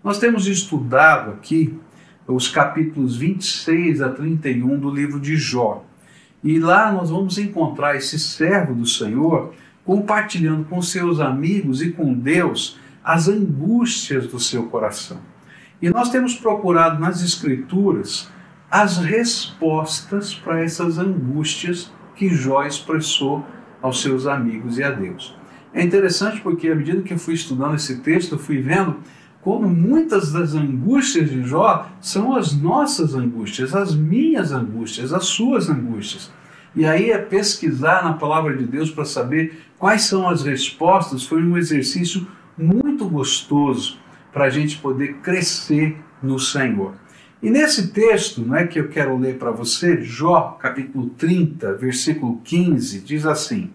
Nós temos estudado aqui os capítulos 26 a 31 do livro de Jó. E lá nós vamos encontrar esse servo do Senhor compartilhando com seus amigos e com Deus as angústias do seu coração. E nós temos procurado nas Escrituras as respostas para essas angústias que Jó expressou aos seus amigos e a Deus. É interessante porque, à medida que eu fui estudando esse texto, eu fui vendo como muitas das angústias de Jó são as nossas angústias, as minhas angústias, as suas angústias. E aí é pesquisar na palavra de Deus para saber quais são as respostas. Foi um exercício muito gostoso para a gente poder crescer no Senhor. E nesse texto, que eu quero ler para você, Jó, capítulo 30, versículo 15, diz assim: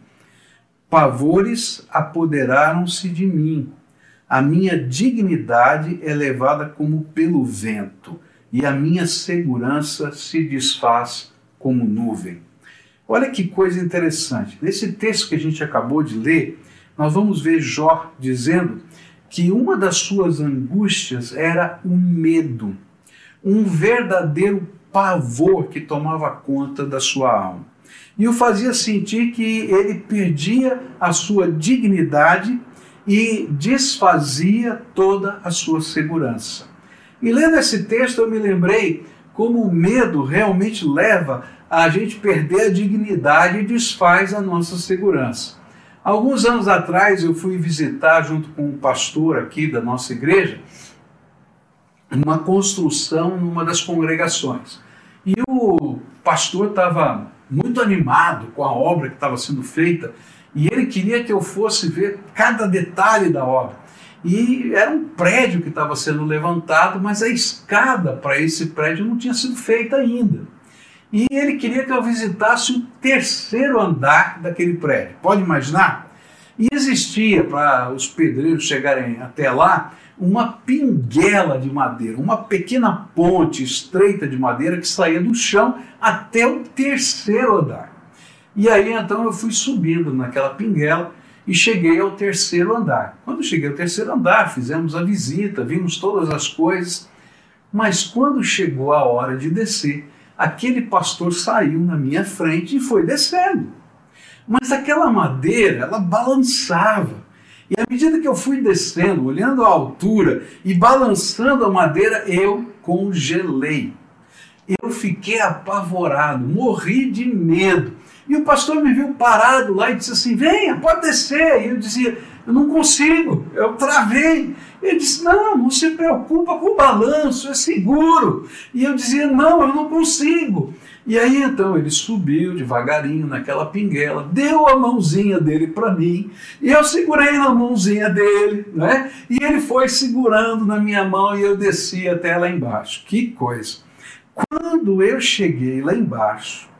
pavores apoderaram-se de mim, a minha dignidade é levada como pelo vento, e a minha segurança se desfaz como nuvem. Olha que coisa interessante. Nesse texto que a gente acabou de ler, nós vamos ver Jó dizendo que uma das suas angústias era o medo, um verdadeiro pavor que tomava conta da sua alma. E o fazia sentir que ele perdia a sua dignidade e desfazia toda a sua segurança. E lendo esse texto eu me lembrei como o medo realmente leva a gente perder a dignidade e desfaz a nossa segurança. Alguns anos atrás eu fui visitar, junto com um pastor aqui da nossa igreja, uma construção numa das congregações. E o pastor estava muito animado com a obra que estava sendo feita e ele queria que eu fosse ver cada detalhe da obra. E era um prédio que estava sendo levantado, mas a escada para esse prédio não tinha sido feita ainda. E ele queria que eu visitasse o terceiro andar daquele prédio. Pode imaginar? E existia, para os pedreiros chegarem até lá, uma pinguela de madeira, uma pequena ponte estreita de madeira que saía do chão até o terceiro andar. E aí então eu fui subindo naquela pinguela e cheguei ao terceiro andar. Quando cheguei ao terceiro andar, fizemos a visita, vimos todas as coisas, mas quando chegou a hora de descer, aquele pastor saiu na minha frente e foi descendo. Mas aquela madeira, ela balançava. E à medida que eu fui descendo, olhando a altura e balançando a madeira, eu congelei. Eu fiquei apavorado, morri de medo. E o pastor me viu parado lá e disse assim: venha, pode descer. E eu dizia: eu não consigo, eu travei. Ele disse: não se preocupa com o balanço, é seguro. E eu dizia: não, eu não consigo. E aí então ele subiu devagarinho naquela pinguela, deu a mãozinha dele para mim, e eu segurei na mãozinha dele, e ele foi segurando na minha mão e eu desci até lá embaixo. Que coisa! Quando eu cheguei lá embaixo,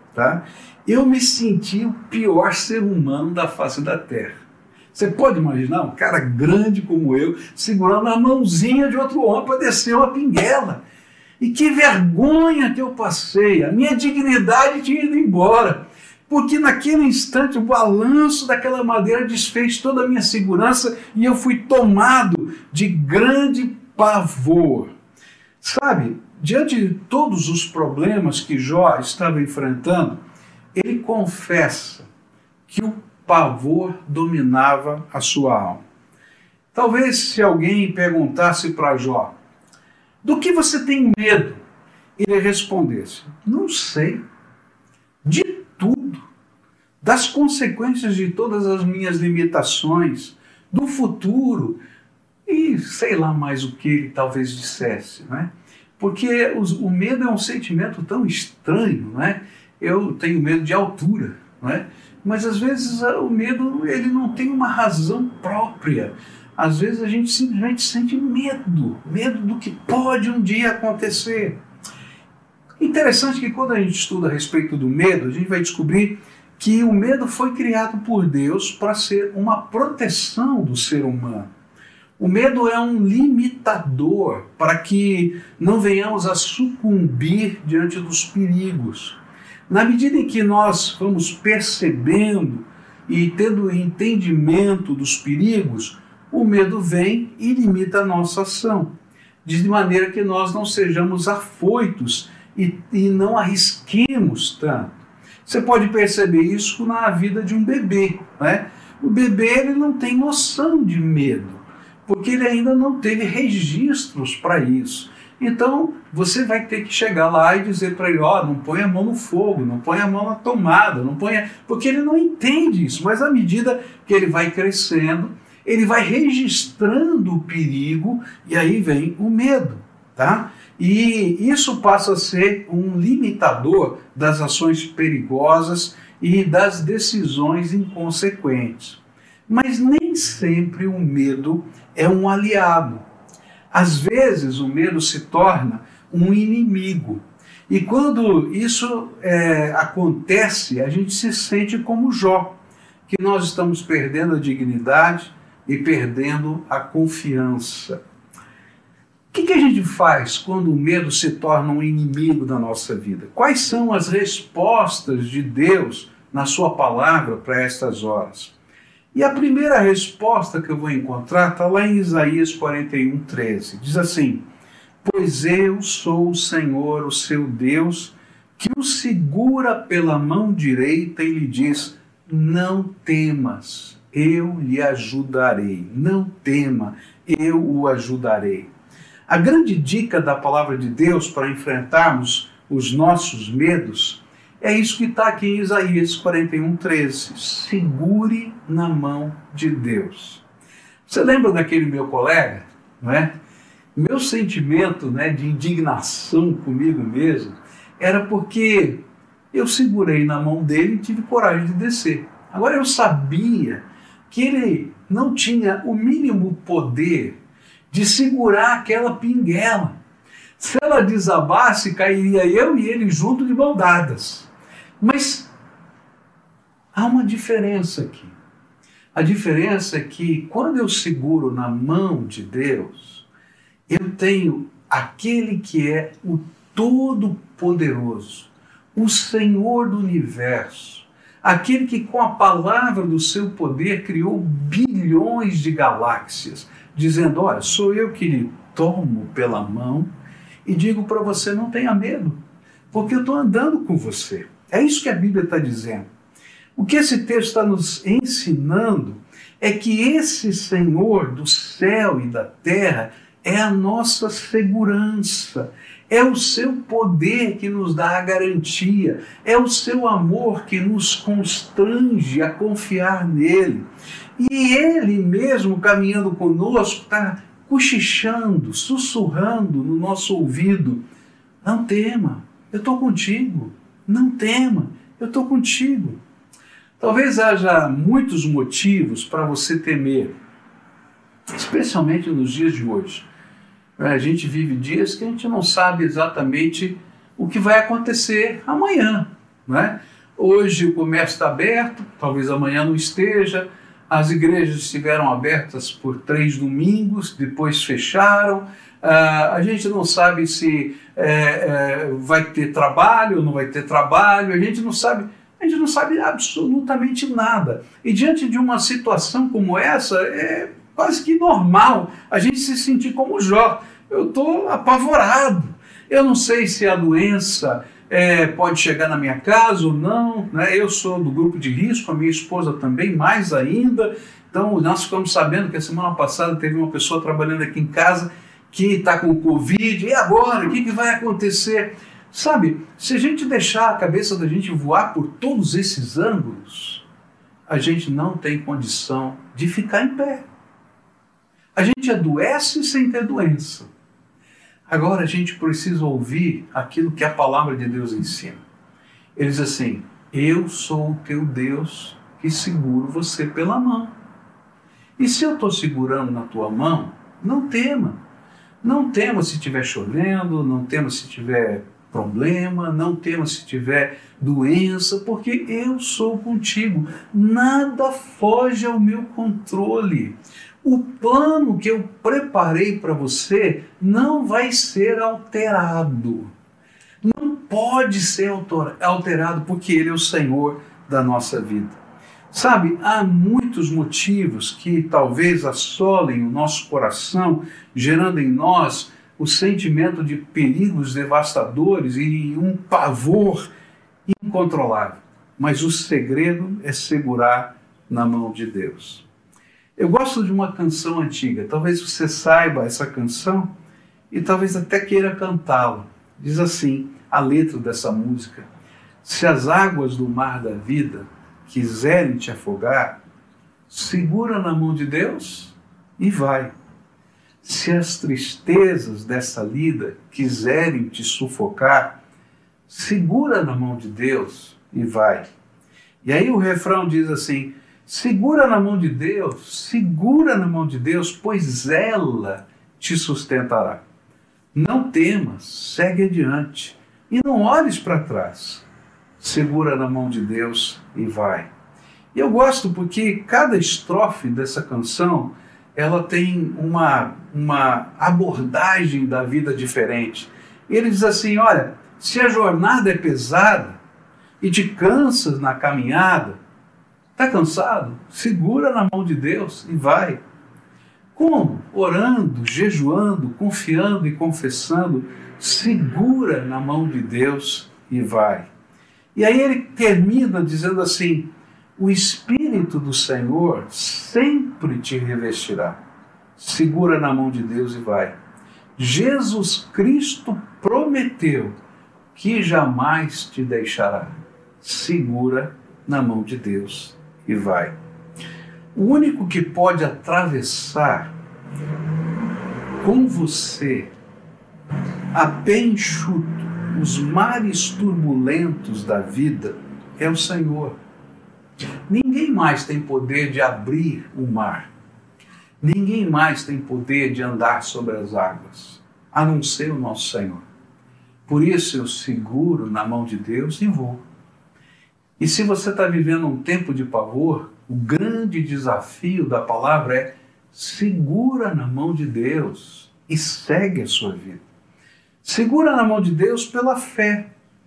eu me senti o pior ser humano da face da terra. Você pode imaginar um cara grande como eu, segurando a mãozinha de outro homem para descer uma pinguela. E que vergonha que eu passei, a minha dignidade tinha ido embora, porque naquele instante o balanço daquela madeira desfez toda a minha segurança e eu fui tomado de grande pavor. Sabe, diante de todos os problemas que Jó estava enfrentando, ele confessa que o pavor dominava a sua alma. Talvez se alguém perguntasse para Jó: do que você tem medo? Ele respondesse: não sei. De tudo. Das consequências de todas as minhas limitações, do futuro, e sei lá mais o que ele talvez dissesse, Porque o medo é um sentimento tão estranho, Eu tenho medo de altura, Mas às vezes o medo ele não tem uma razão própria. Às vezes a gente simplesmente sente medo do que pode um dia acontecer. Interessante que quando a gente estuda a respeito do medo, a gente vai descobrir que o medo foi criado por Deus para ser uma proteção do ser humano. O medo é um limitador para que não venhamos a sucumbir diante dos perigos. Na medida em que nós vamos percebendo e tendo entendimento dos perigos, o medo vem e limita a nossa ação. de maneira que nós não sejamos afoitos e não arrisquemos tanto. Você pode perceber isso na vida de um bebê, né? O bebê ele não tem noção de medo, porque ele ainda não teve registros para isso. Então, você vai ter que chegar lá e dizer para ele, não põe a mão no fogo, não põe a mão na tomada, não ponha, porque ele não entende isso. Mas à medida que ele vai crescendo, ele vai registrando o perigo e aí vem o medo, tá? E isso passa a ser um limitador das ações perigosas e das decisões inconsequentes. Mas nem sempre o medo é um aliado. Às vezes o medo se torna um inimigo. E quando isso acontece, a gente se sente como Jó, que nós estamos perdendo a dignidade e perdendo a confiança. O que a gente faz quando o medo se torna um inimigo da nossa vida? Quais são as respostas de Deus na sua palavra para estas horas? E a primeira resposta que eu vou encontrar está lá em Isaías 41:13. Diz assim: pois eu sou o Senhor, o seu Deus, que o segura pela mão direita e lhe diz, não temas, eu lhe ajudarei. Não tema, eu o ajudarei. A grande dica da palavra de Deus para enfrentarmos os nossos medos é isso que está aqui em Isaías 41:13. Segure na mão de Deus. Você lembra daquele meu colega? Não é? Meu sentimento, né, de indignação comigo mesmo era porque eu segurei na mão dele e tive coragem de descer. Agora eu sabia que ele não tinha o mínimo poder de segurar aquela pinguela. Se ela desabasse, cairia eu e ele junto de mão dadas. Mas há uma diferença aqui. A diferença é que quando eu seguro na mão de Deus, eu tenho aquele que é o Todo-Poderoso, o Senhor do Universo, aquele que com a palavra do seu poder criou bilhões de galáxias, dizendo, olha, sou eu que lhe tomo pela mão e digo para você, não tenha medo, porque eu estou andando com você. É isso que a Bíblia está dizendo. O que esse texto está nos ensinando é que esse Senhor do céu e da terra é a nossa segurança, é o seu poder que nos dá a garantia, é o seu amor que nos constrange a confiar nele. E ele mesmo, caminhando conosco, está cochichando, sussurrando no nosso ouvido, não tema, eu estou contigo, não tema, eu estou contigo. Talvez haja muitos motivos para você temer, especialmente nos dias de hoje. A gente vive dias que a gente não sabe exatamente o que vai acontecer amanhã, não é? Hoje o comércio está aberto, talvez amanhã não esteja. As igrejas estiveram abertas por 3 domingos, depois fecharam. A gente não sabe se vai ter trabalho ou não vai ter trabalho. A gente não sabe absolutamente nada. E diante de uma situação como essa, é quase que normal a gente se sentir como Jó. Eu estou apavorado. Eu não sei se a doença pode chegar na minha casa ou não, né? Eu sou do grupo de risco, a minha esposa também, mais ainda. Então, nós ficamos sabendo que a semana passada teve uma pessoa trabalhando aqui em casa que está com Covid. E agora? O que vai acontecer? Sabe, se a gente deixar a cabeça da gente voar por todos esses ângulos, a gente não tem condição de ficar em pé. A gente adoece sem ter doença. Agora a gente precisa ouvir aquilo que a palavra de Deus ensina. Ele diz assim, eu sou o teu Deus que seguro você pela mão. E se eu estou segurando na tua mão, não tema. Não tema se estiver chovendo, não tema se tiver problema, não tema se tiver doença, porque eu sou contigo. Nada foge ao meu controle. O plano que eu preparei para você não vai ser alterado. Não pode ser alterado porque Ele é o Senhor da nossa vida. Sabe, há muitos motivos que talvez assolem o nosso coração, gerando em nós o sentimento de perigos devastadores e um pavor incontrolável. Mas o segredo é segurar na mão de Deus. Eu gosto de uma canção antiga, talvez você saiba essa canção e talvez até queira cantá-la. Diz assim, a letra dessa música: se as águas do mar da vida quiserem te afogar, segura na mão de Deus e vai. Se as tristezas dessa lida quiserem te sufocar, segura na mão de Deus e vai. E aí o refrão diz assim: segura na mão de Deus, pois ela te sustentará. Não temas, segue adiante e não olhes para trás. Segura na mão de Deus e vai. E eu gosto porque cada estrofe dessa canção ela tem uma abordagem da vida diferente. Ele diz assim, olha, se a jornada é pesada e te cansas na caminhada, está cansado? Segura na mão de Deus e vai. Como? Orando, jejuando, confiando e confessando, segura na mão de Deus e vai. E aí ele termina dizendo assim, o Espírito do Senhor sempre te revestirá. Segura na mão de Deus e vai. Jesus Cristo prometeu que jamais te deixará. Segura na mão de Deus e vai. O único que pode atravessar com você a pé enxuto os mares turbulentos da vida é o Senhor. Ninguém mais tem poder de abrir o mar. Ninguém mais tem poder de andar sobre as águas, a não ser o nosso Senhor. Por isso eu seguro na mão de Deus e vou. E se você está vivendo um tempo de pavor, o grande desafio da palavra é segura na mão de Deus e segue a sua vida. Segura na mão de Deus pela fé.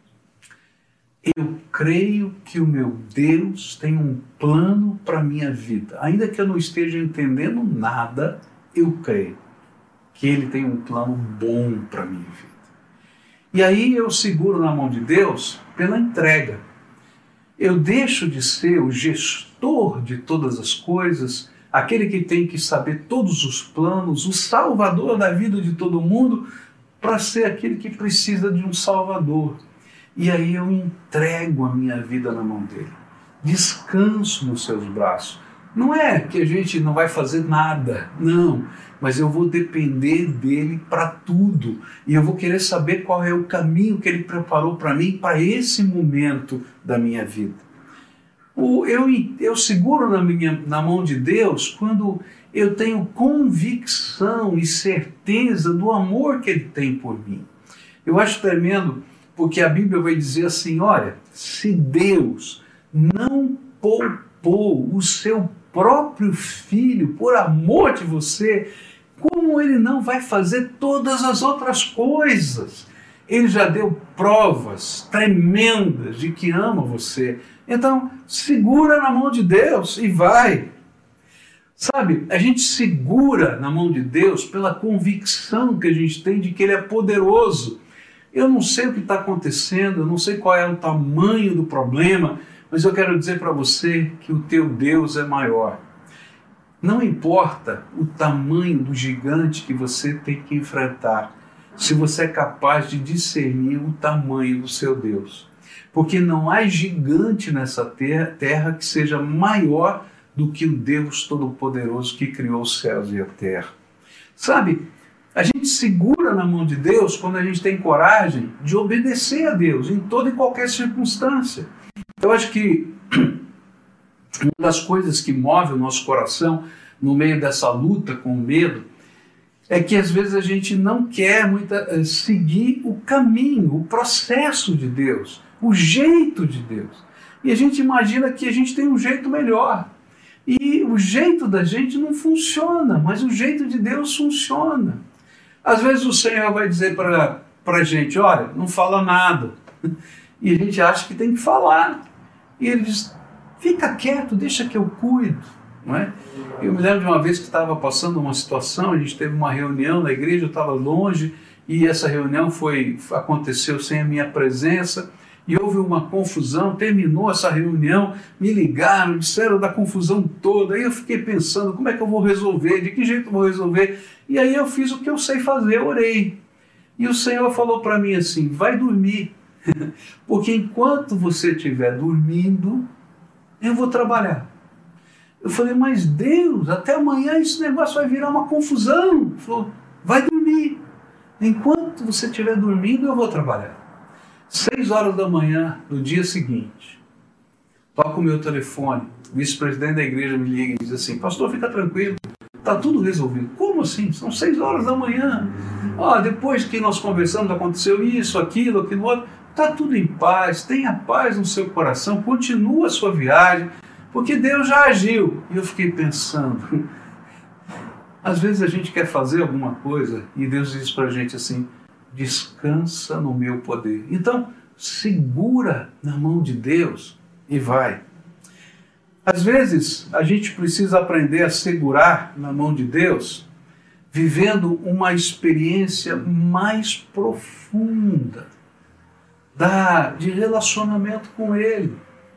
Eu creio que o meu Deus tem um plano para a minha vida. Ainda que eu não esteja entendendo nada, eu creio que Ele tem um plano bom para a minha vida. E aí eu seguro na mão de Deus pela entrega. Eu deixo de ser o gestor de todas as coisas, aquele que tem que saber todos os planos, o salvador da vida de todo mundo, para ser aquele que precisa de um salvador. E aí eu entrego a minha vida na mão dele. Descanso nos seus braços. Não é que a gente não vai fazer nada, não. Mas eu vou depender dele para tudo. E eu vou querer saber qual é o caminho que ele preparou para mim, para esse momento da minha vida. Eu seguro na mão de Deus quando eu tenho convicção e certeza do amor que ele tem por mim. Eu acho tremendo, porque a Bíblia vai dizer assim, olha, se Deus não poupou o seu próprio Filho por amor de você, como Ele não vai fazer todas as outras coisas? Ele já deu provas tremendas de que ama você. Então, segura na mão de Deus e vai. Sabe, a gente segura na mão de Deus pela convicção que a gente tem de que Ele é poderoso. Eu não sei o que está acontecendo, eu não sei qual é o tamanho do problema, mas eu quero dizer para você que o teu Deus é maior. Não importa o tamanho do gigante que você tem que enfrentar, se você é capaz de discernir o tamanho do seu Deus. Porque não há gigante nessa terra que seja maior do que o Deus Todo-Poderoso que criou os céus e a terra. Sabe, a gente segura na mão de Deus quando a gente tem coragem de obedecer a Deus em toda e qualquer circunstância. Eu acho que uma das coisas que move o nosso coração no meio dessa luta com o medo é que às vezes a gente não quer seguir o caminho, o processo de Deus, o jeito de Deus. E a gente imagina que a gente tem um jeito melhor. E o jeito da gente não funciona, mas o jeito de Deus funciona. Às vezes o Senhor vai dizer para a gente, olha, não fala nada. E a gente acha que tem que falar. E Ele diz, fica quieto, deixa que eu cuido. não é? Eu me lembro de uma vez que estava passando uma situação, a gente teve uma reunião na igreja, eu estava longe, e essa reunião aconteceu sem a minha presença, e houve uma confusão, terminou essa reunião, me ligaram, disseram da confusão toda, aí eu fiquei pensando, como é que eu vou resolver, de que jeito eu vou resolver? E aí eu fiz o que eu sei fazer, eu orei. E o Senhor falou para mim assim, vai dormir, porque enquanto você estiver dormindo, eu vou trabalhar. Eu falei, mas Deus, até amanhã esse negócio vai virar uma confusão. Ele falou, vai dormir. Enquanto você estiver dormindo, eu vou trabalhar. 6 horas da manhã do dia seguinte, toco o meu telefone, o vice-presidente da igreja me liga e diz assim, pastor, fica tranquilo, está tudo resolvido. Como assim? São 6 horas da manhã. Depois que nós conversamos, aconteceu isso, aquilo outro. Está tudo em paz, tenha paz no seu coração, continua a sua viagem, porque Deus já agiu. E eu fiquei pensando, às vezes a gente quer fazer alguma coisa e Deus diz para a gente assim, descansa no meu poder. Então, segura na mão de Deus e vai. Às vezes, a gente precisa aprender a segurar na mão de Deus, vivendo uma experiência mais profunda de relacionamento com Ele.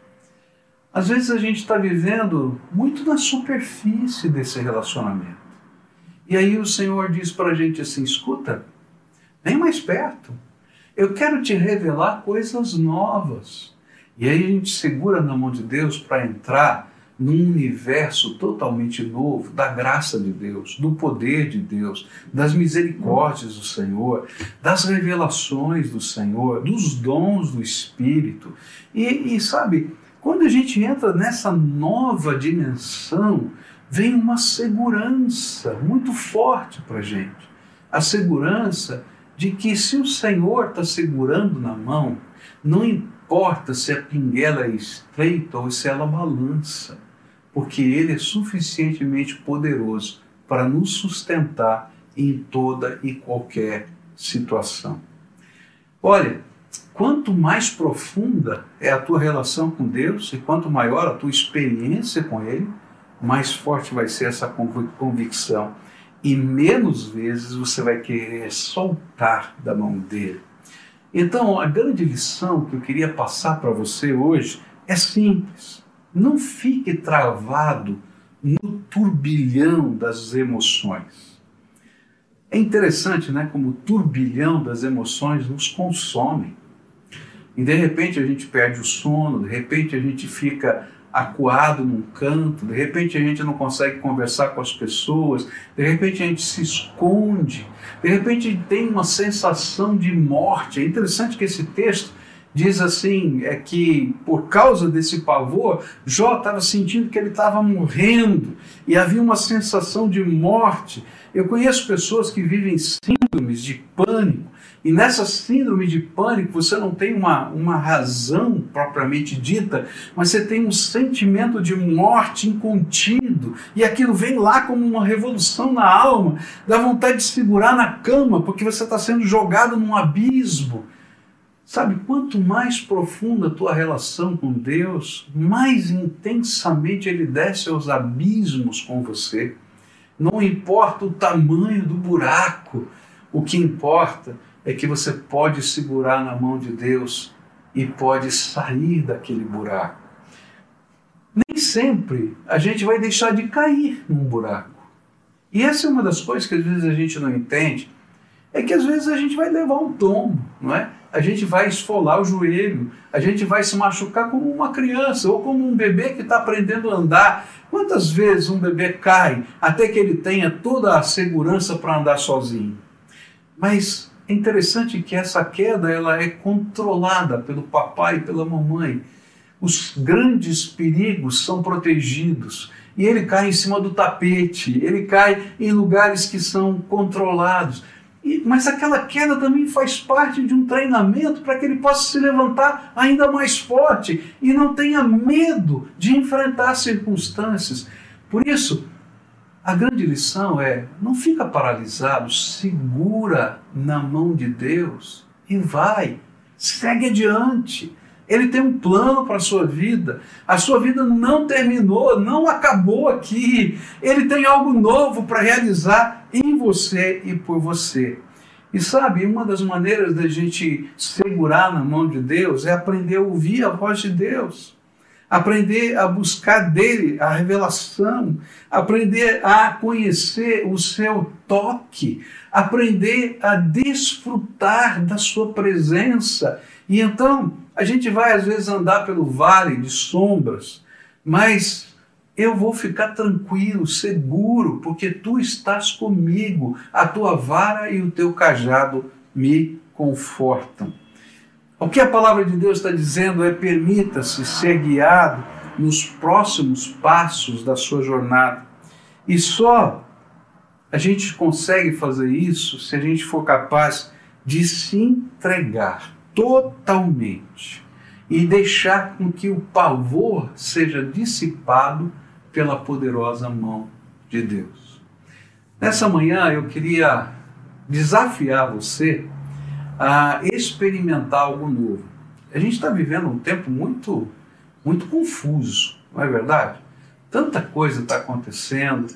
Às vezes a gente está vivendo muito na superfície desse relacionamento. E aí o Senhor diz para a gente assim, escuta, vem mais perto, eu quero te revelar coisas novas. E aí a gente segura na mão de Deus para entrar num universo totalmente novo, da graça de Deus, do poder de Deus, das misericórdias do Senhor, das revelações do Senhor, dos dons do Espírito. E sabe, quando a gente entra nessa nova dimensão, vem uma segurança muito forte para a gente. A segurança de que se o Senhor está segurando na mão, não importa se a pinguela é estreita ou se ela balança, porque Ele é suficientemente poderoso para nos sustentar em toda e qualquer situação. Olha, quanto mais profunda é a tua relação com Deus e quanto maior a tua experiência com Ele, mais forte vai ser essa convicção e menos vezes você vai querer soltar da mão dele. Então, a grande lição que eu queria passar para você hoje é simples. Não fique travado no turbilhão das emoções. É interessante, né, como o turbilhão das emoções nos consome. E de repente a gente perde o sono, de repente a gente fica acuado num canto, de repente a gente não consegue conversar com as pessoas, de repente a gente se esconde, de repente a gente tem uma sensação de morte. É interessante que esse texto diz assim, que por causa desse pavor, Jó estava sentindo que ele estava morrendo e havia uma sensação de morte. Eu conheço pessoas que vivem síndromes de pânico, e nessa síndrome de pânico você não tem uma razão propriamente dita, mas você tem um sentimento de morte incontido, e aquilo vem lá como uma revolução na alma, dá vontade de segurar na cama, porque você está sendo jogado num abismo. Sabe, quanto mais profunda a tua relação com Deus, mais intensamente Ele desce aos abismos com você. Não importa o tamanho do buraco, o que importa é que você pode segurar na mão de Deus e pode sair daquele buraco. Nem sempre a gente vai deixar de cair num buraco. E essa é uma das coisas que às vezes a gente não entende, é que às vezes a gente vai levar um tombo, não é? A gente vai esfolar o joelho, a gente vai se machucar como uma criança ou como um bebê que está aprendendo a andar. Quantas vezes um bebê cai até que ele tenha toda a segurança para andar sozinho? Mas é interessante que essa queda ela é controlada pelo papai e pela mamãe. Os grandes perigos são protegidos. E ele cai em cima do tapete, ele cai em lugares que são controlados. Mas aquela queda também faz parte de um treinamento para que ele possa se levantar ainda mais forte e não tenha medo de enfrentar circunstâncias. Por isso, a grande lição é, não fica paralisado, segura na mão de Deus e vai, segue adiante. Ele tem um plano para a sua vida. A sua vida não terminou, não acabou aqui. Ele tem algo novo para realizar em você e por você. E sabe, uma das maneiras da gente segurar na mão de Deus é aprender a ouvir a voz de Deus. Aprender a buscar dele a revelação, aprender a conhecer o seu toque, aprender a desfrutar da sua presença. E então a gente vai às vezes andar pelo vale de sombras, mas eu vou ficar tranquilo, seguro, porque tu estás comigo, a tua vara e o teu cajado me confortam. O que a palavra de Deus está dizendo é: permita-se ser guiado nos próximos passos da sua jornada. E só a gente consegue fazer isso se a gente for capaz de se entregar totalmente e deixar com que o pavor seja dissipado pela poderosa mão de Deus. Nessa manhã eu queria desafiar você a experimentar algo novo. A gente está vivendo um tempo muito confuso, não é verdade? Tanta coisa está acontecendo,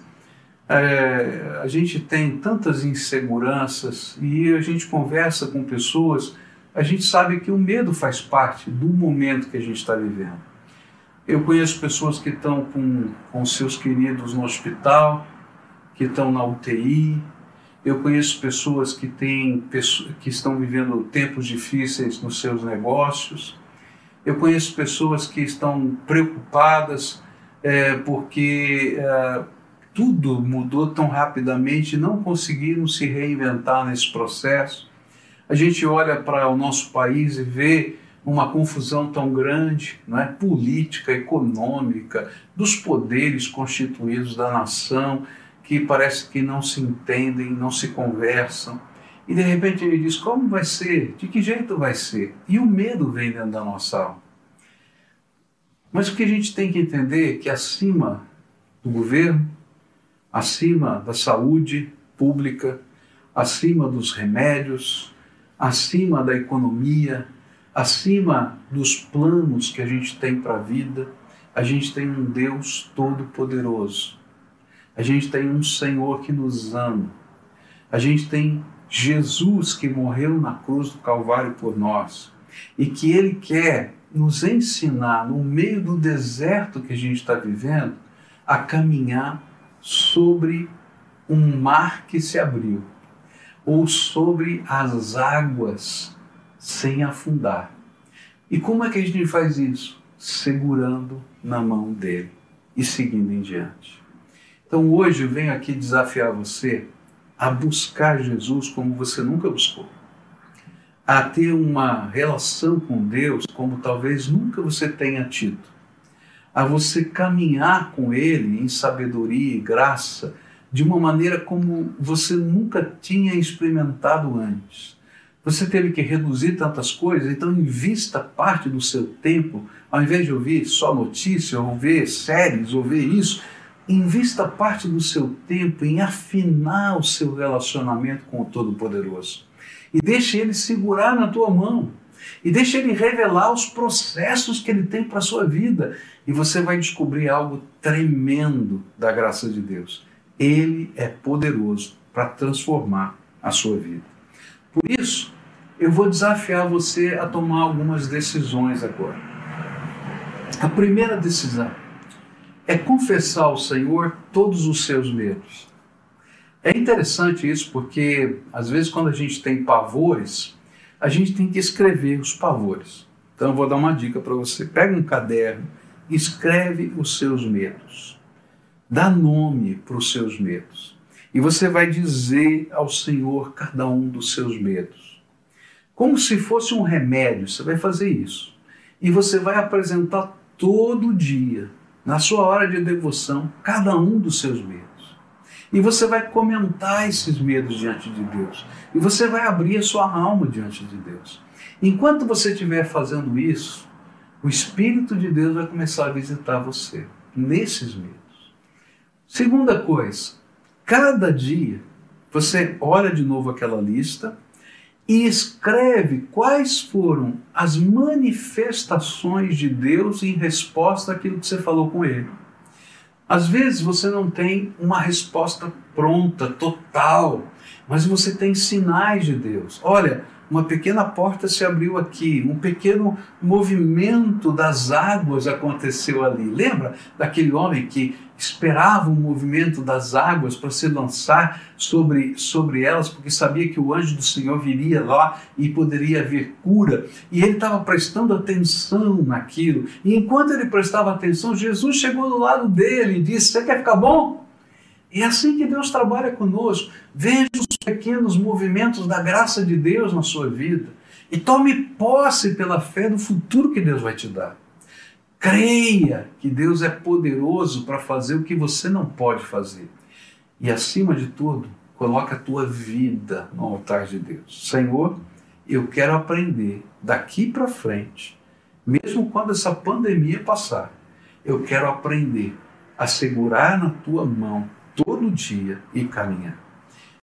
a gente tem tantas inseguranças e a gente conversa com pessoas, a gente sabe que o medo faz parte do momento que a gente está vivendo. Eu conheço pessoas que estão com seus queridos no hospital, que estão na UTI. Eu conheço pessoas que estão vivendo tempos difíceis nos seus negócios. Eu conheço pessoas que estão preocupadas porque tudo mudou tão rapidamente e não conseguiram se reinventar nesse processo. A gente olha para o nosso país e vê uma confusão tão grande, não é? Política, econômica, dos poderes constituídos da nação, que parece que não se entendem, não se conversam. E de repente ele diz: como vai ser? De que jeito vai ser? E o medo vem dentro da nossa alma. Mas o que a gente tem que entender é que acima do governo, acima da saúde pública, acima dos remédios, acima da economia, acima dos planos que a gente tem para a vida, a gente tem um Deus todo-poderoso. A gente tem um Senhor que nos ama. A gente tem Jesus que morreu na cruz do Calvário por nós e que Ele quer nos ensinar, no meio do deserto que a gente está vivendo, a caminhar sobre um mar que se abriu ou sobre as águas sem afundar. E como é que a gente faz isso? Segurando na mão dele e seguindo em diante. Então hoje eu venho aqui desafiar você a buscar Jesus como você nunca buscou, a ter uma relação com Deus como talvez nunca você tenha tido, a você caminhar com Ele em sabedoria e graça de uma maneira como você nunca tinha experimentado antes. Você teve que reduzir tantas coisas, então invista parte do seu tempo, ao invés de ouvir só notícia, ou ver séries, ou ver isso, invista parte do seu tempo em afinar o seu relacionamento com o Todo-Poderoso. E deixe Ele segurar na tua mão. E deixe Ele revelar os processos que Ele tem para a sua vida. E você vai descobrir algo tremendo da graça de Deus. Ele é poderoso para transformar a sua vida. Por isso, eu vou desafiar você a tomar algumas decisões agora. A primeira decisão é confessar ao Senhor todos os seus medos. É interessante isso porque, às vezes, quando a gente tem pavores, a gente tem que escrever os pavores. Então, eu vou dar uma dica para você. Pega um caderno, escreve os seus medos. Dá nome para os seus medos. E você vai dizer ao Senhor cada um dos seus medos. Como se fosse um remédio, você vai fazer isso. E você vai apresentar todo dia, na sua hora de devoção, cada um dos seus medos. E você vai comentar esses medos diante de Deus. E você vai abrir a sua alma diante de Deus. Enquanto você estiver fazendo isso, o Espírito de Deus vai começar a visitar você nesses medos. Segunda coisa, cada dia você olha de novo aquela lista e escreve quais foram as manifestações de Deus em resposta àquilo que você falou com ele. Às vezes você não tem uma resposta pronta, total, mas você tem sinais de Deus. Olha, uma pequena porta se abriu aqui, um pequeno movimento das águas aconteceu ali. Lembra daquele homem que esperava o movimento das águas para se lançar sobre elas, porque sabia que o anjo do Senhor viria lá e poderia haver cura, e ele estava prestando atenção naquilo, e enquanto ele prestava atenção, Jesus chegou do lado dele e disse: você quer ficar bom? É assim que Deus trabalha conosco. Veja os pequenos movimentos da graça de Deus na sua vida e tome posse pela fé do futuro que Deus vai te dar. Creia que Deus é poderoso para fazer o que você não pode fazer. E acima de tudo, coloca a tua vida no altar de Deus. Senhor, eu quero aprender daqui para frente, mesmo quando essa pandemia passar, eu quero aprender a segurar na tua mão todo dia e caminhar.